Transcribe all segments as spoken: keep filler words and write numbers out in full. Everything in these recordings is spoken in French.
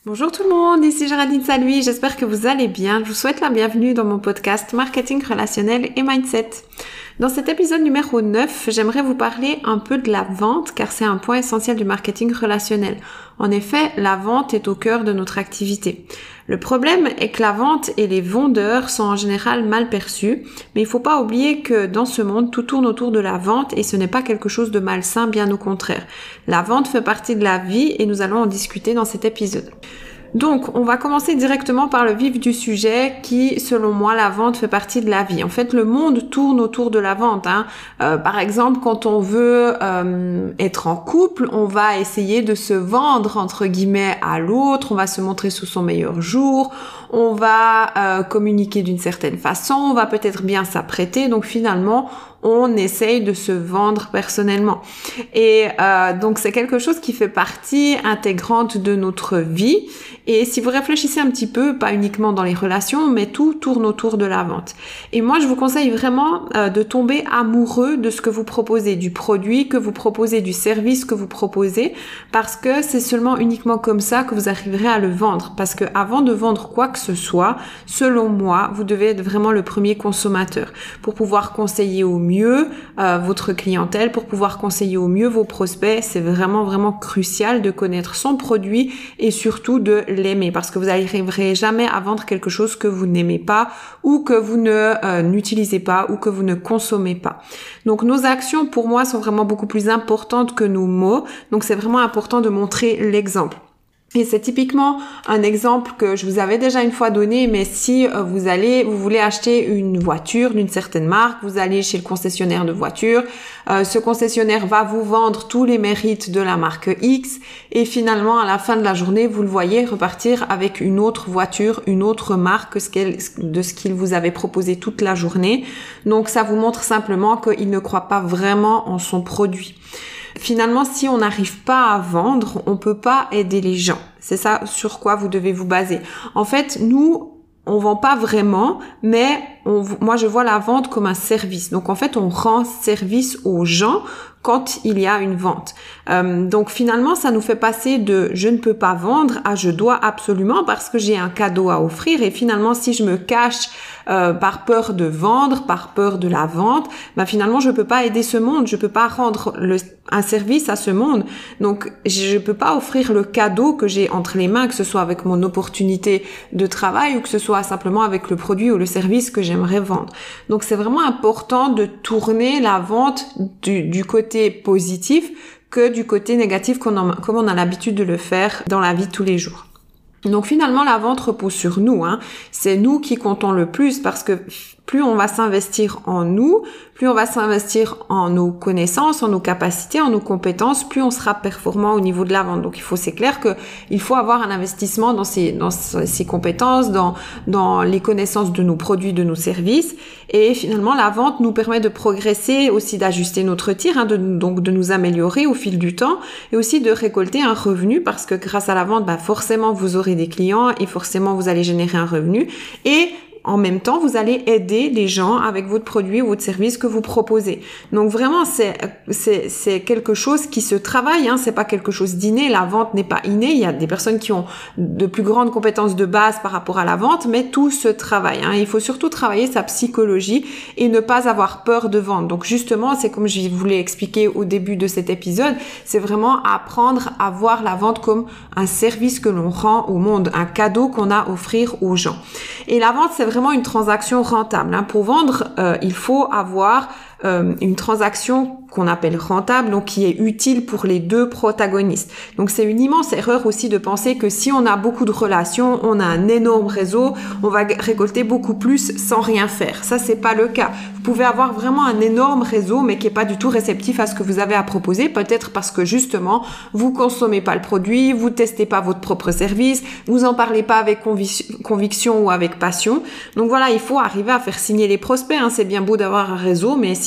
Bonjour tout le monde, ici Géraldine Saluy, j'espère que vous allez bien. Je vous souhaite la bienvenue dans mon podcast Marketing relationnel et Mindset. Dans cet épisode numéro neuf, j'aimerais vous parler un peu de la vente car c'est un point essentiel du marketing relationnel. En effet, la vente est au cœur de notre activité. Le problème est que la vente et les vendeurs sont en général mal perçus, mais il ne faut pas oublier que dans ce monde, tout tourne autour de la vente et ce n'est pas quelque chose de malsain, bien au contraire. La vente fait partie de la vie et nous allons en discuter dans cet épisode. Donc, on va commencer directement par le vif du sujet qui, selon moi, la vente fait partie de la vie. En fait, le monde tourne autour de la vente. Hein. Euh, par exemple, quand on veut euh, être en couple, on va essayer de se vendre, entre guillemets, à l'autre. On va se montrer sous son meilleur jour. On va euh, communiquer d'une certaine façon. On va peut-être bien s'apprêter. Donc, finalement, on essaye de se vendre personnellement. Et euh, donc, c'est quelque chose qui fait partie intégrante de notre vie. Et si vous réfléchissez un petit peu, pas uniquement dans les relations, mais tout tourne autour de la vente. Et moi, je vous conseille vraiment euh, de tomber amoureux de ce que vous proposez, du produit que vous proposez, du service que vous proposez, parce que c'est seulement uniquement comme ça que vous arriverez à le vendre. Parce que avant de vendre quoi que ce soit, selon moi, vous devez être vraiment le premier consommateur pour pouvoir conseiller au mieux euh, votre clientèle, pour pouvoir conseiller au mieux vos prospects. C'est vraiment, vraiment crucial de connaître son produit et surtout de l'aimer, parce que vous n'arriverez jamais à vendre quelque chose que vous n'aimez pas ou que vous ne euh, n'utilisez pas ou que vous ne consommez pas. Donc nos actions pour moi sont vraiment beaucoup plus importantes que nos mots, donc c'est vraiment important de montrer l'exemple. Et c'est typiquement un exemple que je vous avais déjà une fois donné, mais si vous allez, vous voulez acheter une voiture d'une certaine marque, vous allez chez le concessionnaire de voitures, euh, ce concessionnaire va vous vendre tous les mérites de la marque X et finalement à la fin de la journée, vous le voyez repartir avec une autre voiture, une autre marque que ce qu'elle, de ce qu'il vous avait proposé toute la journée. Donc ça vous montre simplement qu'il ne croit pas vraiment en son produit. Finalement, si on n'arrive pas à vendre, on peut pas aider les gens. C'est ça sur quoi vous devez vous baser. En fait, nous, on vend pas vraiment, mais on, moi, je vois la vente comme un service. Donc, en fait, on rend service aux gens quand il y a une vente. Euh, donc finalement, ça nous fait passer de « je ne peux pas vendre » à « je dois absolument parce que j'ai un cadeau à offrir ». Et finalement, si je me cache euh, par peur de vendre, par peur de la vente, ben finalement, je peux pas aider ce monde, je peux pas rendre le, un service à ce monde. Donc, je peux pas offrir le cadeau que j'ai entre les mains, que ce soit avec mon opportunité de travail ou que ce soit simplement avec le produit ou le service que j'aimerais vendre. Donc, c'est vraiment important de tourner la vente du, du côté positif que du côté négatif comme on, comme on a l'habitude de le faire dans la vie de tous les jours. Donc finalement, la vente repose sur nous. Hein. C'est nous qui comptons le plus parce que plus on va s'investir en nous, plus on va s'investir en nos connaissances, en nos capacités, en nos compétences, plus on sera performant au niveau de la vente. Donc il faut, c'est clair que il faut avoir un investissement dans ces, dans ces compétences, dans, dans les connaissances de nos produits, de nos services. Et finalement, la vente nous permet de progresser, aussi d'ajuster notre tir, hein, de, donc de nous améliorer au fil du temps et aussi de récolter un revenu parce que grâce à la vente, bah, forcément vous aurez des clients et forcément vous allez générer un revenu et en même temps, vous allez aider les gens avec votre produit ou votre service que vous proposez. Donc vraiment, c'est c'est c'est quelque chose qui se travaille. Hein, c'est pas quelque chose d'inné. La vente n'est pas innée. Il y a des personnes qui ont de plus grandes compétences de base par rapport à la vente, mais tout se travaille. Hein. Il faut surtout travailler sa psychologie et ne pas avoir peur de vendre. Donc justement, c'est comme je vous l'ai expliqué au début de cet épisode, c'est vraiment apprendre à voir la vente comme un service que l'on rend au monde, un cadeau qu'on a à offrir aux gens. Et la vente, c'est vraiment une transaction rentable. Hein. Pour vendre, euh, il faut avoir euh, une transaction qu'on appelle rentable, donc qui est utile pour les deux protagonistes. Donc c'est une immense erreur aussi de penser que si on a beaucoup de relations, on a un énorme réseau, on va récolter beaucoup plus sans rien faire. Ça, c'est pas le cas. Vous pouvez avoir vraiment un énorme réseau, mais qui est pas du tout réceptif à ce que vous avez à proposer, peut-être parce que justement, vous consommez pas le produit, vous testez pas votre propre service, vous en parlez pas avec convic- conviction ou avec passion. Donc voilà, il faut arriver à faire signer les prospects. Hein. C'est bien beau d'avoir un réseau, mais si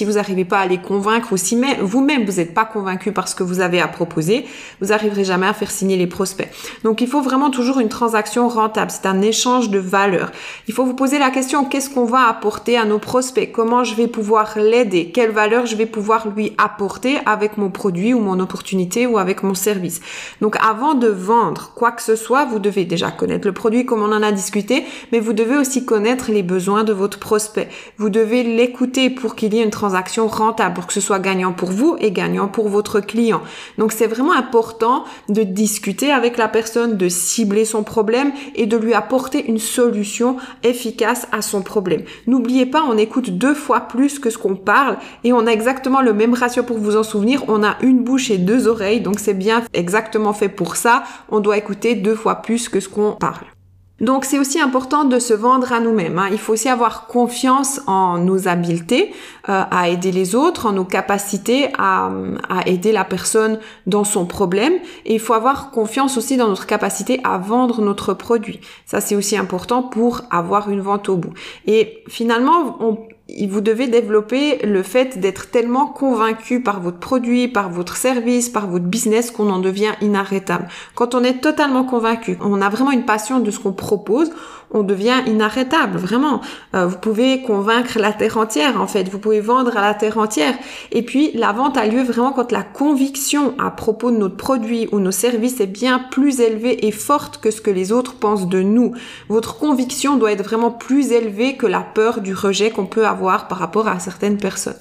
si vous n'arrivez pas à les convaincre ou si même, vous-même vous n'êtes pas convaincu par ce que vous avez à proposer, vous n'arriverez jamais à faire signer les prospects. Donc il faut vraiment toujours une transaction rentable, c'est un échange de valeur. Il faut vous poser la question, qu'est-ce qu'on va apporter à nos prospects? Comment je vais pouvoir l'aider? Quelle valeur je vais pouvoir lui apporter avec mon produit ou mon opportunité ou avec mon service? Donc avant de vendre quoi que ce soit, vous devez déjà connaître le produit comme on en a discuté, mais vous devez aussi connaître les besoins de votre prospect. Vous devez l'écouter pour qu'il y ait une transaction rentable, pour que ce soit gagnant pour vous et gagnant pour votre client. Donc c'est vraiment important de discuter avec la personne, de cibler son problème et de lui apporter une solution efficace à son problème. N'oubliez pas, on écoute deux fois plus que ce qu'on parle et on a exactement le même ratio pour vous en souvenir. On a une bouche et deux oreilles, donc c'est bien exactement fait pour ça. On doit écouter deux fois plus que ce qu'on parle. Donc c'est aussi important de se vendre à nous-mêmes, hein. Il faut aussi avoir confiance en nos habiletés euh, à aider les autres, en nos capacités à, à aider la personne dans son problème. Et il faut avoir confiance aussi dans notre capacité à vendre notre produit. Ça c'est aussi important pour avoir une vente au bout. Et finalement, on vous devez développer le fait d'être tellement convaincu par votre produit, par votre service, par votre business qu'on en devient inarrêtable. Quand on est totalement convaincu, on a vraiment une passion de ce qu'on propose, on devient inarrêtable, vraiment. Euh, vous pouvez convaincre la terre entière, en fait. Vous pouvez vendre à la terre entière. Et puis, la vente a lieu vraiment quand la conviction à propos de notre produit ou nos services est bien plus élevée et forte que ce que les autres pensent de nous. Votre conviction doit être vraiment plus élevée que la peur du rejet qu'on peut avoir par rapport à certaines personnes.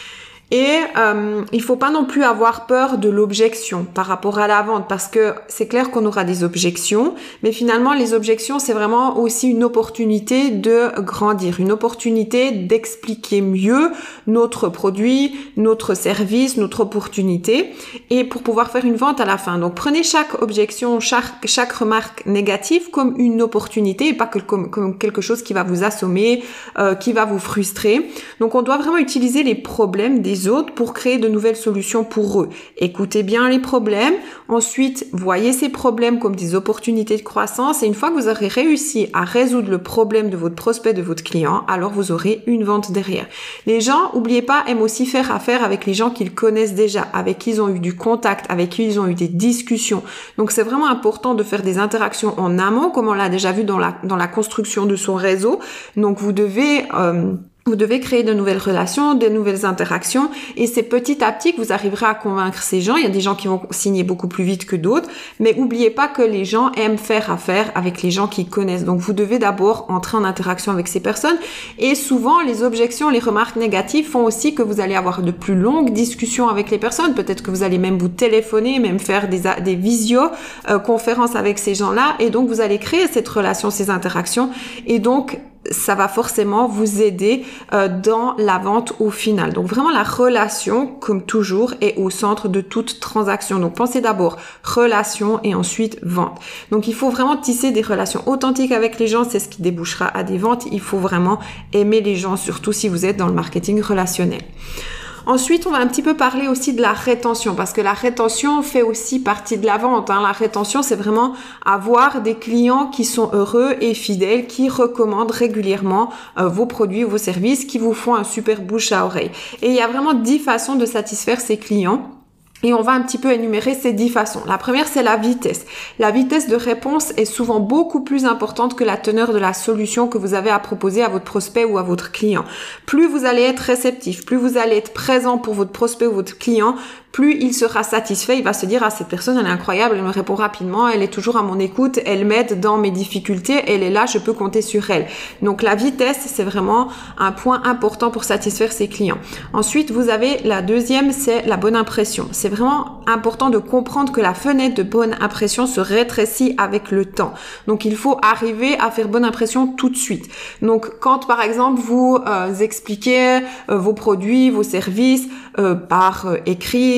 Et euh, il faut pas non plus avoir peur de l'objection par rapport à la vente, parce que c'est clair qu'on aura des objections, mais finalement les objections c'est vraiment aussi une opportunité de grandir, une opportunité d'expliquer mieux notre produit, notre service, notre opportunité, et pour pouvoir faire une vente à la fin. Donc prenez chaque objection, chaque, chaque remarque négative comme une opportunité et pas que comme, comme quelque chose qui va vous assommer, euh, qui va vous frustrer. Donc on doit vraiment utiliser les problèmes des autres pour créer de nouvelles solutions pour eux. Écoutez bien les problèmes, ensuite voyez ces problèmes comme des opportunités de croissance et une fois que vous aurez réussi à résoudre le problème de votre prospect, de votre client, alors vous aurez une vente derrière. Les gens, n'oubliez pas, aiment aussi faire affaire avec les gens qu'ils connaissent déjà, avec qui ils ont eu du contact, avec qui ils ont eu des discussions. Donc c'est vraiment important de faire des interactions en amont, comme on l'a déjà vu dans la, dans la construction de son réseau. Donc vous devez... Euh, Vous devez créer de nouvelles relations, de nouvelles interactions et c'est petit à petit que vous arriverez à convaincre ces gens. Il y a des gens qui vont signer beaucoup plus vite que d'autres, mais n'oubliez pas que les gens aiment faire affaire avec les gens qu'ils connaissent. Donc vous devez d'abord entrer en interaction avec ces personnes et souvent les objections, les remarques négatives font aussi que vous allez avoir de plus longues discussions avec les personnes. Peut-être que vous allez même vous téléphoner, même faire des, des visio-conférences avec ces gens-là et donc vous allez créer cette relation, ces interactions et donc ça va forcément vous aider euh, dans la vente au final. Donc vraiment la relation, comme toujours, est au centre de toute transaction. Donc pensez d'abord relation et ensuite vente. Donc il faut vraiment tisser des relations authentiques avec les gens, c'est ce qui débouchera à des ventes. Il faut vraiment aimer les gens, surtout si vous êtes dans le marketing relationnel. Ensuite, on va un petit peu parler aussi de la rétention parce que la rétention fait aussi partie de la vente, hein. La rétention, c'est vraiment avoir des clients qui sont heureux et fidèles, qui recommandent régulièrement euh, vos produits ou vos services, qui vous font un super bouche à oreille. Et il y a vraiment dix façons de satisfaire ces clients. Et on va un petit peu énumérer ces dix façons. La première, c'est la vitesse. La vitesse de réponse est souvent beaucoup plus importante que la teneur de la solution que vous avez à proposer à votre prospect ou à votre client. Plus vous allez être réceptif, plus vous allez être présent pour votre prospect ou votre client, plus il sera satisfait, il va se dire « Ah, cette personne, elle est incroyable, elle me répond rapidement, elle est toujours à mon écoute, elle m'aide dans mes difficultés, elle est là, je peux compter sur elle. » Donc la vitesse, c'est vraiment un point important pour satisfaire ses clients. Ensuite, vous avez la deuxième, c'est la bonne impression. C'est vraiment important de comprendre que la fenêtre de bonne impression se rétrécit avec le temps. Donc il faut arriver à faire bonne impression tout de suite. Donc quand par exemple vous euh, expliquez euh, vos produits, vos services euh, par euh, écrit,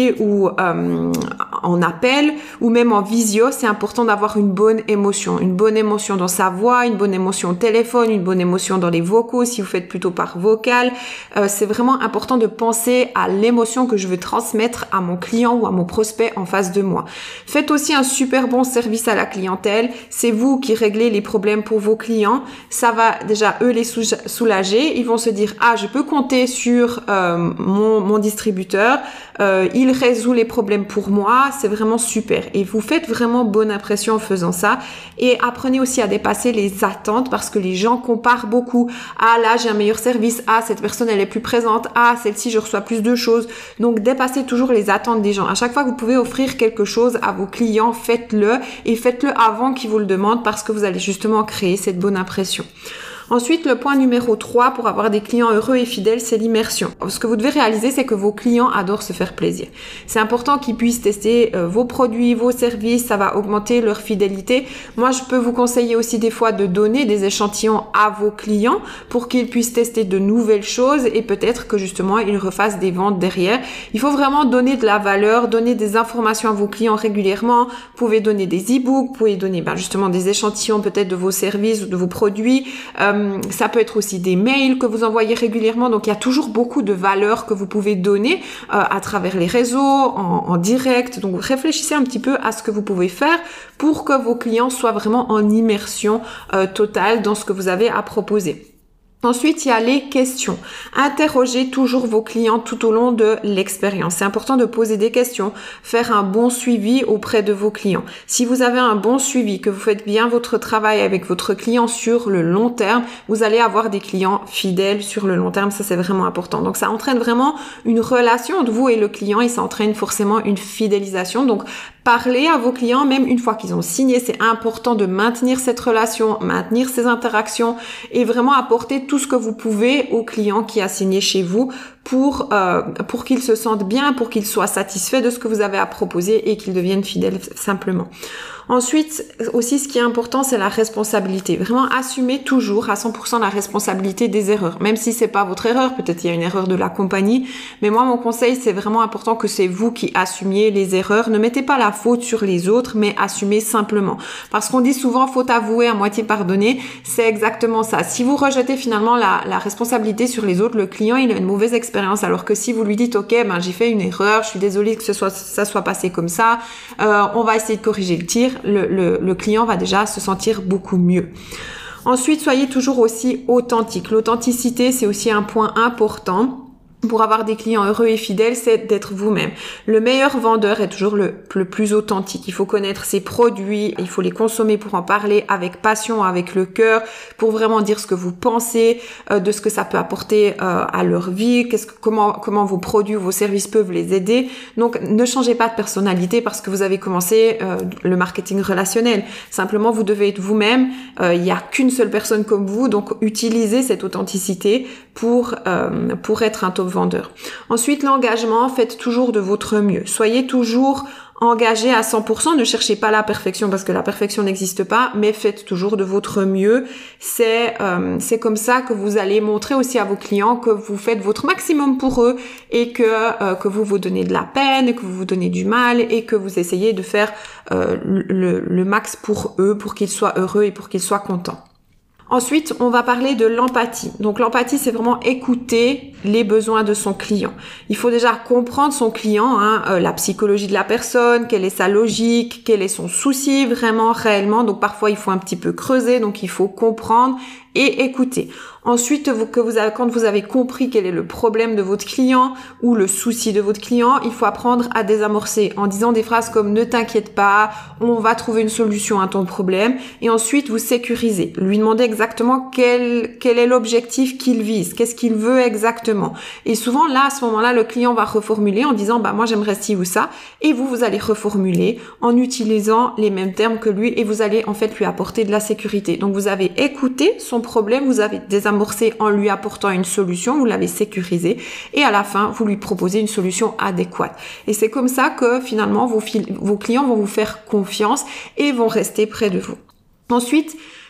papier ou euh, en appel ou même en visio, c'est important d'avoir une bonne émotion. Une bonne émotion dans sa voix, une bonne émotion au téléphone, une bonne émotion dans les vocaux, si vous faites plutôt par vocal. Euh, c'est vraiment important de penser à l'émotion que je veux transmettre à mon client ou à mon prospect en face de moi. Faites aussi un super bon service à la clientèle. C'est vous qui réglez les problèmes pour vos clients. Ça va déjà, eux, les soulager. Ils vont se dire, ah, je peux compter sur euh, mon, mon distributeur. Euh, il résout les problèmes pour moi. C'est vraiment super. Et vous faites vraiment bonne impression en faisant ça. Et apprenez aussi à dépasser les attentes parce que les gens comparent beaucoup. Ah, là, j'ai un meilleur service. Ah, cette personne, elle est plus présente. Ah, celle-ci, je reçois plus de choses. Donc, dépassez toujours les attentes des gens. À chaque fois que vous pouvez offrir quelque chose à vos clients, faites-le et faites-le avant qu'ils vous le demandent parce que vous allez justement créer cette bonne impression. Ensuite, le point numéro trois pour avoir des clients heureux et fidèles, c'est l'immersion. Ce que vous devez réaliser, c'est que vos clients adorent se faire plaisir. C'est important qu'ils puissent tester euh, vos produits, vos services, ça va augmenter leur fidélité. Moi, je peux vous conseiller aussi des fois de donner des échantillons à vos clients pour qu'ils puissent tester de nouvelles choses et peut-être que justement, ils refassent des ventes derrière. Il faut vraiment donner de la valeur, donner des informations à vos clients régulièrement. Vous pouvez donner des e-books, vous pouvez donner ben, justement des échantillons peut-être de vos services ou de vos produits. Euh, Ça peut être aussi des mails que vous envoyez régulièrement. Donc, il y a toujours beaucoup de valeur que vous pouvez donner euh, à travers les réseaux, en, en direct. Donc, réfléchissez un petit peu à ce que vous pouvez faire pour que vos clients soient vraiment en immersion euh, totale dans ce que vous avez à proposer. Ensuite, il y a les questions. Interrogez toujours vos clients tout au long de l'expérience. C'est important de poser des questions, faire un bon suivi auprès de vos clients. Si vous avez un bon suivi, que vous faites bien votre travail avec votre client sur le long terme, vous allez avoir des clients fidèles sur le long terme. Ça, c'est vraiment important. Donc, ça entraîne vraiment une relation entre vous et le client et ça entraîne forcément une fidélisation. Donc, parlez à vos clients, même une fois qu'ils ont signé. C'est important de maintenir cette relation, maintenir ces interactions et vraiment apporter tout ce que vous pouvez au client qui a signé chez vous pour euh, pour qu'il se sente bien, pour qu'il soit satisfait de ce que vous avez à proposer et qu'il devienne fidèle simplement. Ensuite, aussi, ce qui est important, c'est la responsabilité. Vraiment, assumez toujours à cent pour cent la responsabilité des erreurs. Même si c'est pas votre erreur, peut-être il y a une erreur de la compagnie. Mais moi, mon conseil, c'est vraiment important que c'est vous qui assumiez les erreurs. Ne mettez pas la faute sur les autres, mais assumez simplement. Parce qu'on dit souvent, faute avouée, à moitié pardonnée. C'est exactement ça. Si vous rejetez finalement la, la responsabilité sur les autres, le client, il a une mauvaise expérience. Alors que si vous lui dites, OK, ben, j'ai fait une erreur, je suis désolée que ce soit, ça soit passé comme ça, euh, on va essayer de corriger le tir. Le, le, le client va déjà se sentir beaucoup mieux. Ensuite, soyez toujours aussi authentique. L'authenticité, c'est aussi un point important. Pour avoir des clients heureux et fidèles, c'est d'être vous-même. Le meilleur vendeur est toujours le, le plus authentique. Il faut connaître ses produits, il faut les consommer pour en parler avec passion, avec le cœur, pour vraiment dire ce que vous pensez, euh, de ce que ça peut apporter euh, à leur vie, qu'est-ce que, comment, comment vos produits ou vos services peuvent les aider. Donc, ne changez pas de personnalité parce que vous avez commencé euh, le marketing relationnel. Simplement, vous devez être vous-même. Euh, il n'y a qu'une seule personne comme vous, donc utilisez cette authenticité pour euh, pour être un top vendeur. Ensuite, l'engagement, faites toujours de votre mieux. Soyez toujours engagé à cent pour cent, ne cherchez pas la perfection parce que la perfection n'existe pas, mais faites toujours de votre mieux. C'est euh, c'est comme ça que vous allez montrer aussi à vos clients que vous faites votre maximum pour eux et que euh, que vous vous donnez de la peine, que vous vous donnez du mal et que vous essayez de faire euh, le, le max pour eux, pour qu'ils soient heureux et pour qu'ils soient contents. Ensuite, on va parler de l'empathie. Donc l'empathie, c'est vraiment écouter les besoins de son client. Il faut déjà comprendre son client, hein, euh, la psychologie de la personne, quelle est sa logique, quel est son souci vraiment, réellement. Donc parfois, il faut un petit peu creuser, donc il faut comprendre et écouter. Ensuite, vous, que vous avez, quand vous avez compris quel est le problème de votre client ou le souci de votre client, il faut apprendre à désamorcer en disant des phrases comme « ne t'inquiète pas, on va trouver une solution à ton problème » et ensuite vous sécurisez. Lui demander exactement quel, quel est l'objectif qu'il vise, qu'est-ce qu'il veut exactement. Et souvent là, à ce moment-là, le client va reformuler en disant « bah moi j'aimerais ci ou ça » et vous, vous allez reformuler en utilisant les mêmes termes que lui et vous allez en fait lui apporter de la sécurité. Donc vous avez écouté son problème, vous avez désamorcé en lui apportant une solution, vous l'avez sécurisé et à la fin, vous lui proposez une solution adéquate. Et c'est comme ça que finalement, vos, vos clients vont vous faire confiance et vont rester près de vous. Ensuite,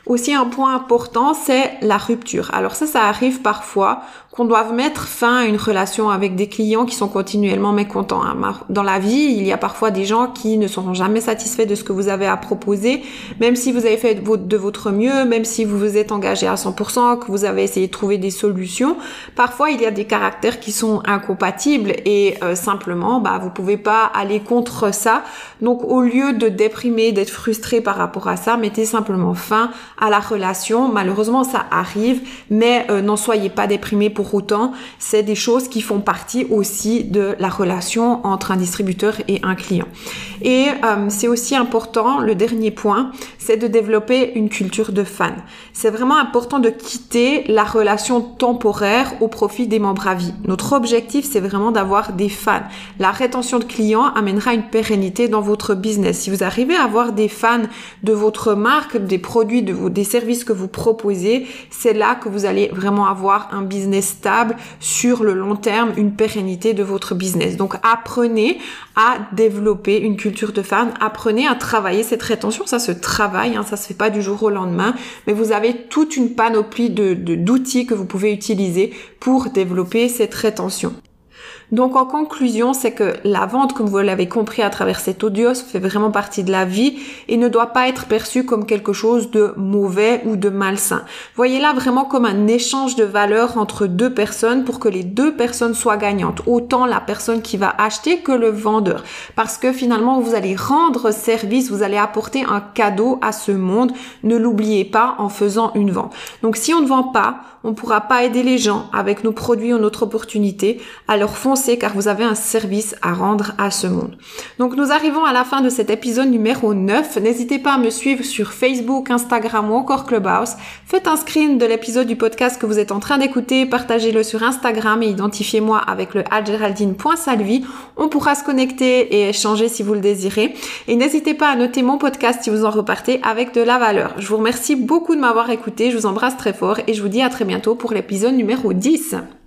Aussi, un point important, c'est la rupture. Alors ça, ça arrive parfois qu'on doive mettre fin à une relation avec des clients qui sont continuellement mécontents. Dans la vie, il y a parfois des gens qui ne seront jamais satisfaits de ce que vous avez à proposer, même si vous avez fait de votre mieux, même si vous vous êtes engagé à cent pour cent, que vous avez essayé de trouver des solutions. Parfois, il y a des caractères qui sont incompatibles et euh, simplement, bah, vous pouvez pas aller contre ça. Donc, au lieu de déprimer, d'être frustré par rapport à ça, mettez simplement fin à la relation. Malheureusement, ça arrive, mais euh, n'en soyez pas déprimé pour autant. C'est des choses qui font partie aussi de la relation entre un distributeur et un client. Et euh, c'est aussi important, le dernier point, c'est de développer une culture de fan. C'est vraiment important de quitter la relation temporaire au profit des membres à vie. Notre objectif, c'est vraiment d'avoir des fans. La rétention de clients amènera une pérennité dans votre business. Si vous arrivez à avoir des fans de votre marque, des produits, de vos, des services que vous proposez, c'est là que vous allez vraiment avoir un business stable sur le long terme, une pérennité de votre business. Donc, apprenez à développer une culture de fan, apprenez à travailler cette rétention. Ça se travaille, hein, ça se fait pas du jour au lendemain, mais vous avez toute une panoplie de, de, d'outils que vous pouvez utiliser pour développer cette rétention. Donc en conclusion, c'est que la vente, comme vous l'avez compris à travers cet audio, fait vraiment partie de la vie et ne doit pas être perçue comme quelque chose de mauvais ou de malsain. Voyez-la vraiment comme un échange de valeurs entre deux personnes pour que les deux personnes soient gagnantes. Autant la personne qui va acheter que le vendeur. Parce que finalement, vous allez rendre service, vous allez apporter un cadeau à ce monde. Ne l'oubliez pas en faisant une vente. Donc si on ne vend pas, on ne pourra pas aider les gens avec nos produits ou notre opportunité. Alors foncez car vous avez un service à rendre à ce monde. Donc nous arrivons à la fin de cet épisode numéro neuf. N'hésitez pas à me suivre sur Facebook, Instagram ou encore Clubhouse. Faites un screen de l'épisode du podcast que vous êtes en train d'écouter, partagez-le sur Instagram et identifiez-moi avec le arobase geraldine point salvi. On pourra se connecter et échanger si vous le désirez. Et n'hésitez pas à noter mon podcast si vous en repartez avec de la valeur. Je vous remercie beaucoup de m'avoir écouté, je vous embrasse très fort et je vous dis à très bientôt pour l'épisode numéro dix.